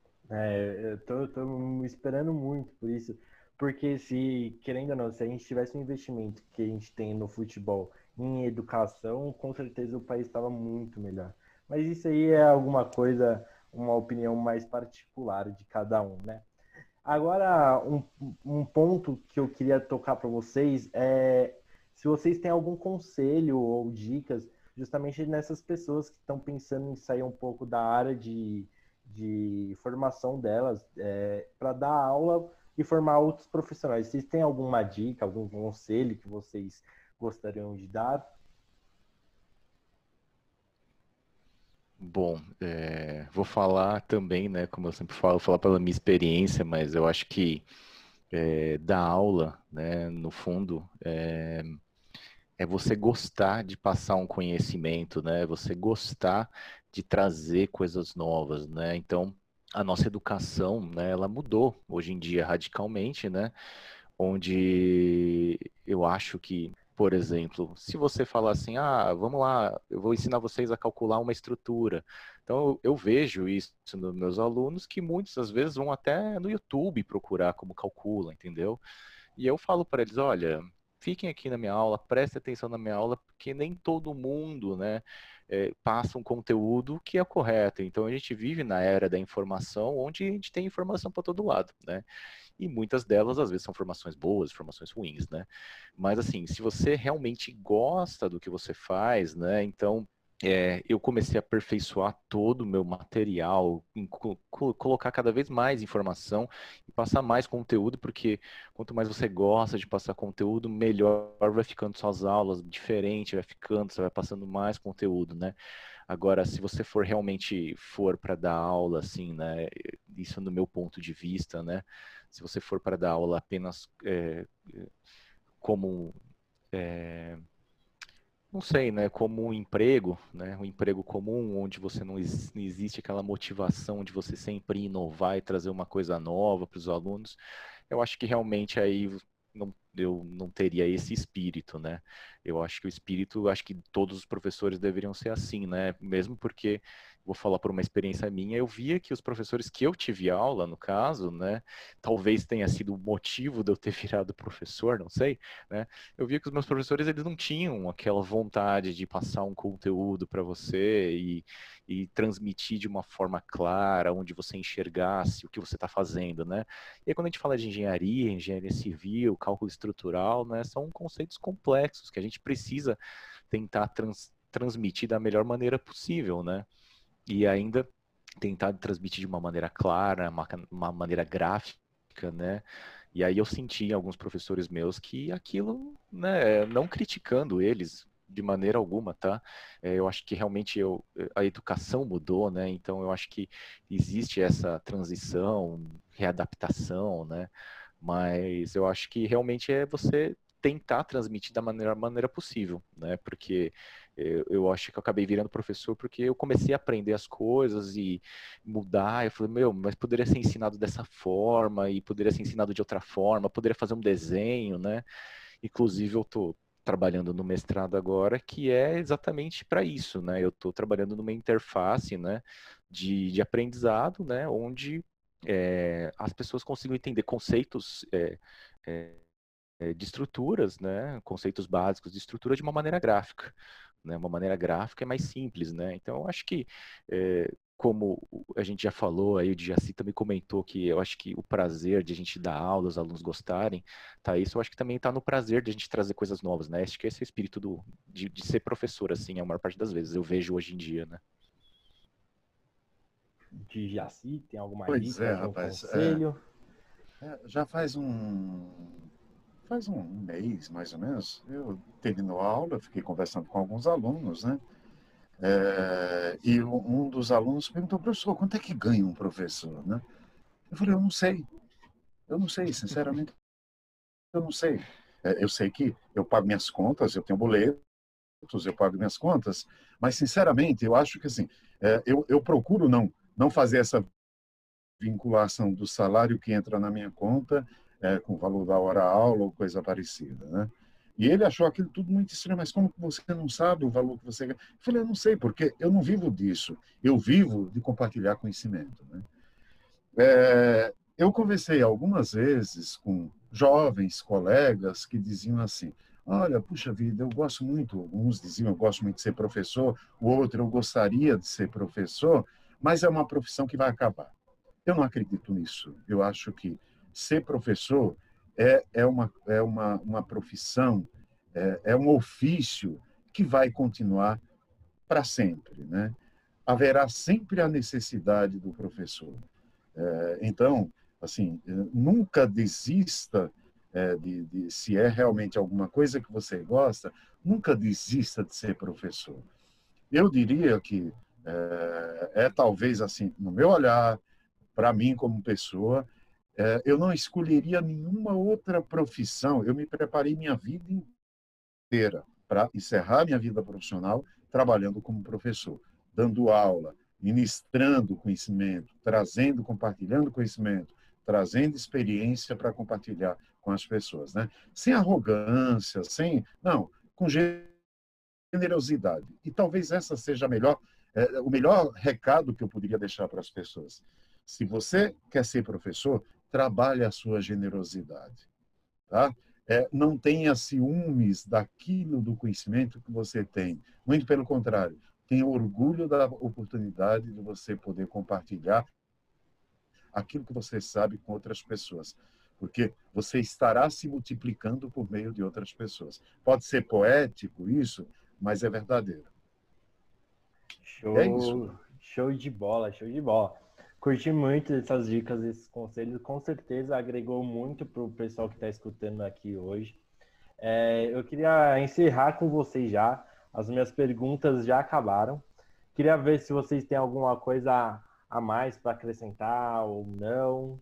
Eu tô esperando muito por isso, porque se, querendo ou não, se a gente tivesse um investimento que a gente tem no futebol em educação, com certeza o país estava muito melhor. Mas isso aí é alguma coisa, uma opinião mais particular de cada um, né? Agora, um ponto que eu queria tocar para vocês é se vocês têm algum conselho ou dicas justamente nessas pessoas que estão pensando em sair um pouco da área de formação delas para dar aula e formar outros profissionais. Vocês têm alguma dica, algum conselho que vocês gostariam de dar? Bom, vou falar também, né, como eu sempre falo, falar pela minha experiência, mas eu acho que dar aula, né, no fundo, é você gostar de passar um conhecimento, né, você gostar de trazer coisas novas, né, então a nossa educação, né, ela mudou hoje em dia radicalmente, né, onde eu acho que, por exemplo, se você falar assim, vamos lá, eu vou ensinar vocês a calcular uma estrutura. Então, eu vejo isso nos meus alunos, que muitas às vezes vão até no YouTube procurar como calcula, entendeu? E eu falo para eles, olha, fiquem aqui na minha aula, prestem atenção na minha aula, porque nem todo mundo, né, passa um conteúdo que é correto. Então, a gente vive na era da informação, onde a gente tem informação para todo lado, né? E muitas delas, às vezes, são formações boas, formações ruins, né? Mas, assim, se você realmente gosta do que você faz, né? Então, eu comecei a aperfeiçoar todo o meu material, colocar cada vez mais informação e passar mais conteúdo, porque quanto mais você gosta de passar conteúdo, melhor vai ficando suas aulas, diferente vai ficando, você vai passando mais conteúdo, né? Agora, se você for para dar aula, assim, né? Isso no meu ponto de vista, né? Se você for para dar aula apenas como não sei, né, como um emprego, né, um emprego comum, onde você não existe aquela motivação de você sempre inovar e trazer uma coisa nova para os alunos, eu acho que realmente aí eu não teria esse espírito, né? Eu acho que o espírito, acho que todos os professores deveriam ser assim, né? Mesmo porque, vou falar por uma experiência minha, eu via que os professores que eu tive aula, no caso, né, talvez tenha sido o motivo de eu ter virado professor, não sei, né? Eu via que os meus professores, eles não tinham aquela vontade de passar um conteúdo para você e transmitir de uma forma clara, onde você enxergasse o que você está fazendo, né? E aí, quando a gente fala de engenharia, engenharia civil, cálculo estrutural, né, são conceitos complexos que a gente precisa tentar transmitir da melhor maneira possível, né? E ainda tentar transmitir de uma maneira clara, uma maneira gráfica, né? E aí eu senti em alguns professores meus que aquilo, né, não criticando eles de maneira alguma, tá? Eu acho que realmente a educação mudou, né? Então eu acho que existe essa transição, readaptação, né? Mas eu acho que realmente é você tentar transmitir da maneira possível, né? Porque eu acho que eu acabei virando professor porque eu comecei a aprender as coisas e mudar. Eu falei, meu, mas poderia ser ensinado dessa forma e poderia ser ensinado de outra forma, poderia fazer um desenho, né? Inclusive, eu estou trabalhando no mestrado agora, que é exatamente para isso, né? Eu estou trabalhando numa interface, né, de aprendizado, né, onde as pessoas consigam entender conceitos de estruturas, né, conceitos básicos de estrutura de uma maneira gráfica, né, uma maneira gráfica é mais simples, né, então eu acho que, como a gente já falou, aí o Jaci também comentou que eu acho que o prazer de a gente dar aula, os alunos gostarem, tá, isso eu acho que também está no prazer de a gente trazer coisas novas, né, acho que esse é o espírito de ser professor, assim, a maior parte das vezes, eu vejo hoje em dia, né. De Jaci, tem alguma Pois dica, é, algum rapaz. conselho? Já faz um mês, mais ou menos, eu terminou a aula, fiquei conversando com alguns alunos, né? E um dos alunos perguntou, professor, quanto é que ganha um professor, né? Eu falei, eu não sei, sinceramente, eu não sei. Eu sei que eu pago minhas contas, eu tenho boletos, eu pago minhas contas, mas, sinceramente, eu acho que, assim, eu procuro não fazer essa vinculação do salário que entra na minha conta com o valor da hora-aula ou coisa parecida, né? E ele achou aquilo tudo muito estranho, mas como que você não sabe o valor que você ganha? Eu falei, eu não sei, porque eu não vivo disso, eu vivo de compartilhar conhecimento, né? Eu conversei algumas vezes com jovens colegas que diziam assim, olha, puxa vida, eu gosto muito, uns diziam, eu gosto muito de ser professor, o outro, eu gostaria de ser professor, mas é uma profissão que vai acabar. Eu não acredito nisso. Eu acho que ser professor uma profissão, é um ofício que vai continuar para sempre, né? Haverá sempre a necessidade do professor. Então, assim, nunca desista se é realmente alguma coisa que você gosta, nunca desista de ser professor. Eu diria que talvez assim, no meu olhar, para mim como pessoa, eu não escolheria nenhuma outra profissão. Eu me preparei minha vida inteira para encerrar minha vida profissional trabalhando como professor, dando aula, ministrando conhecimento, trazendo, compartilhando conhecimento, trazendo experiência para compartilhar com as pessoas, né? Sem arrogância, não, com generosidade. E talvez essa seja o melhor recado que eu poderia deixar para as pessoas. Se você quer ser professor, trabalhe a sua generosidade, tá? Não tenha ciúmes daquilo do conhecimento que você tem. Muito pelo contrário, tenha orgulho da oportunidade de você poder compartilhar aquilo que você sabe com outras pessoas, porque você estará se multiplicando por meio de outras pessoas. Pode ser poético isso, mas é verdadeiro. É isso. Show de bola, show de bola. Curti muito essas dicas, esses conselhos. Com certeza agregou muito para o pessoal que está escutando aqui hoje. Eu queria encerrar com vocês já. As minhas perguntas já acabaram. Queria ver se vocês têm alguma coisa a mais para acrescentar ou não.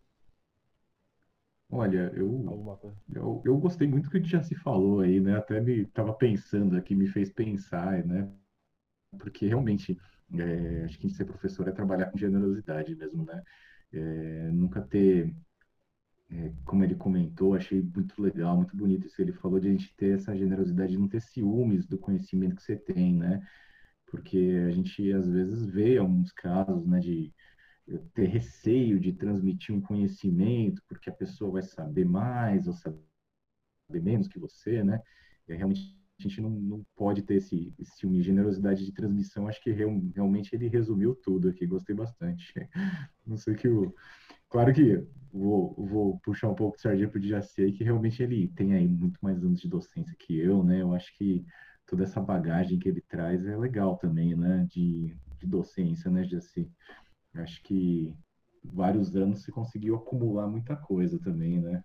Olha, Alguma coisa. eu gostei muito do que já se falou aí, né? Até me estava pensando aqui, me fez pensar, né? Porque realmente, acho que ser professor é trabalhar com generosidade mesmo, né? Nunca ter, como ele comentou, achei muito legal, muito bonito isso que ele falou, de a gente ter essa generosidade, de não ter ciúmes do conhecimento que você tem, né? Porque a gente, às vezes, vê alguns casos, né, de ter receio de transmitir um conhecimento, porque a pessoa vai saber mais ou saber menos que você, né? Realmente a gente não pode ter esse ciúme, generosidade de transmissão. Acho que realmente ele resumiu tudo aqui, gostei bastante. Não sei que o. Claro que vou puxar um pouco de sardinha para o Jaci aí, que realmente ele tem aí muito mais anos de docência que eu, né? Eu acho que toda essa bagagem que ele traz é legal também, né? De docência, né, Jaci? Acho que vários anos você conseguiu acumular muita coisa também, né?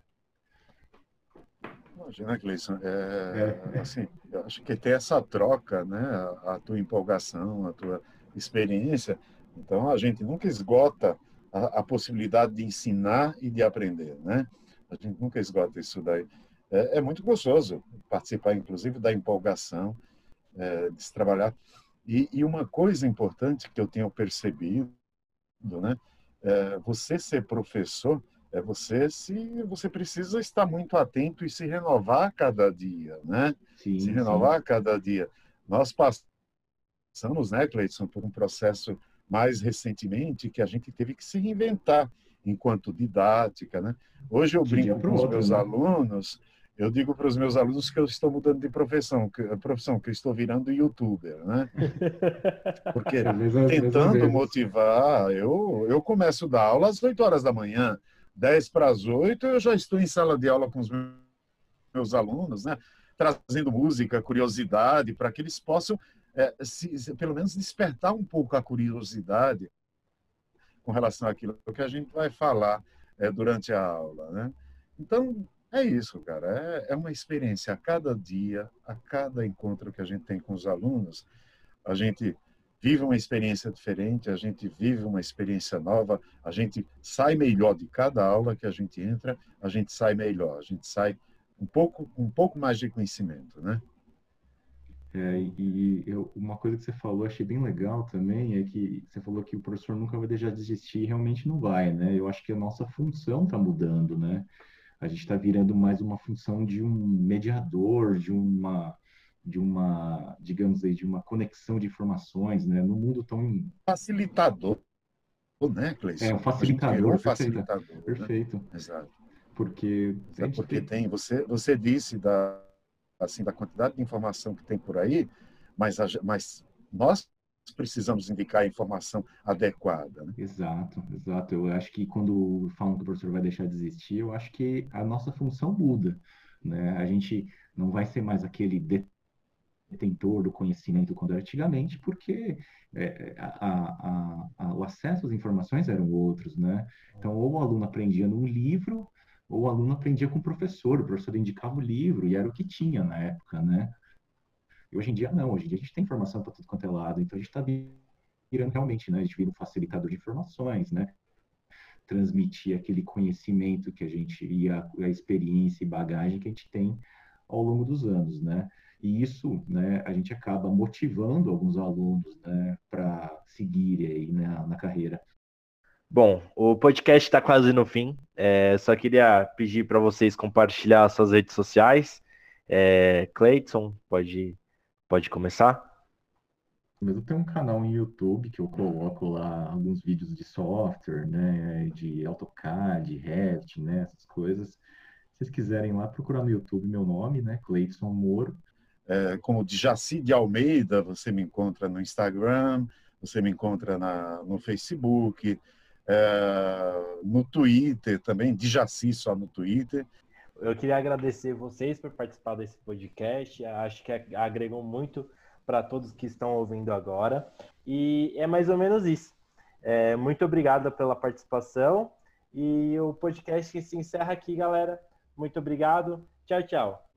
Imagina, Cleison, É, assim, eu acho que ter essa troca, né, a tua empolgação, a tua experiência, então a gente nunca esgota a possibilidade de ensinar e de aprender, né? A gente nunca esgota isso daí. É muito gostoso participar, inclusive, da empolgação, de se trabalhar. E uma coisa importante que eu tenho percebido, né? Você ser professor você precisa estar muito atento e se renovar a cada dia, né? Se sim, renovar sim. a cada dia. Nós passamos, né, Cleidson, por um processo mais recentemente que a gente teve que se reinventar enquanto didática, né? Hoje eu De um dia brinco para o com os outro, meus né? alunos, eu digo para os meus alunos que eu estou mudando de profissão, que eu estou virando youtuber, né? Porque Mesma tentando vez. motivar, eu começo a dar aula às 8 horas da manhã, 10 para as 8 eu já estou em sala de aula com os meus alunos, né? Trazendo música, curiosidade, para que eles possam, pelo menos, despertar um pouco a curiosidade com relação àquilo que a gente vai falar durante a aula, né? Então, é isso, cara. É uma experiência a cada dia, a cada encontro que a gente tem com os alunos, a gente vive uma experiência diferente, a gente vive uma experiência nova, a gente sai melhor de cada aula que a gente entra, a gente sai melhor, a gente sai um pouco mais de conhecimento, né? Uma coisa que você falou, achei bem legal também, é que você falou que o professor nunca vai deixar de existir, e realmente não vai, né? Eu acho que a nossa função está mudando, né? A gente está virando mais uma função de um mediador, digamos aí, de uma conexão de informações, né? No mundo tão, Facilitador, né, um Cleison? A gente virou um facilitador, perfeito, facilitador, né? perfeito, Exato. porque a Exato, gente porque tem, tem, você disse assim, da quantidade de informação que tem por aí, mas nós precisamos indicar a informação adequada, né? exato, exato. Eu acho que quando falam que o professor vai deixar de existir, eu acho que a nossa função muda, né? A gente não vai ser mais aquele detentor do conhecimento quando era antigamente, porque o acesso às informações eram outros, né? Então, ou o aluno aprendia num livro, ou o aluno aprendia com o professor indicava o livro, e era o que tinha na época, né? E hoje em dia, não. Hoje em dia, a gente tem informação para tudo quanto é lado, então a gente está virando realmente, né? A gente vira um facilitador de informações, né? Transmitir aquele conhecimento que a gente e a experiência e bagagem que a gente tem ao longo dos anos, né? E isso, né, a gente acaba motivando alguns alunos, né, para seguirem aí, né, na carreira. Bom, o podcast está quase no fim. Só queria pedir para vocês compartilhar suas redes sociais. Cleiton, pode começar? Mas eu tenho um canal no YouTube que eu coloco lá alguns vídeos de software, né, de AutoCAD, Revit, né, essas coisas. Se vocês quiserem lá procurar no YouTube meu nome, né, Cleidson Moro. Como de Jaci de Almeida, você me encontra no Instagram, você me encontra no Facebook, no Twitter também, de Jaci só no Twitter. Eu queria agradecer vocês por participar desse podcast. Acho que agregou muito para todos que estão ouvindo agora. E é mais ou menos isso. Muito obrigado pela participação. E o podcast se encerra aqui, galera. Muito obrigado. Tchau, tchau.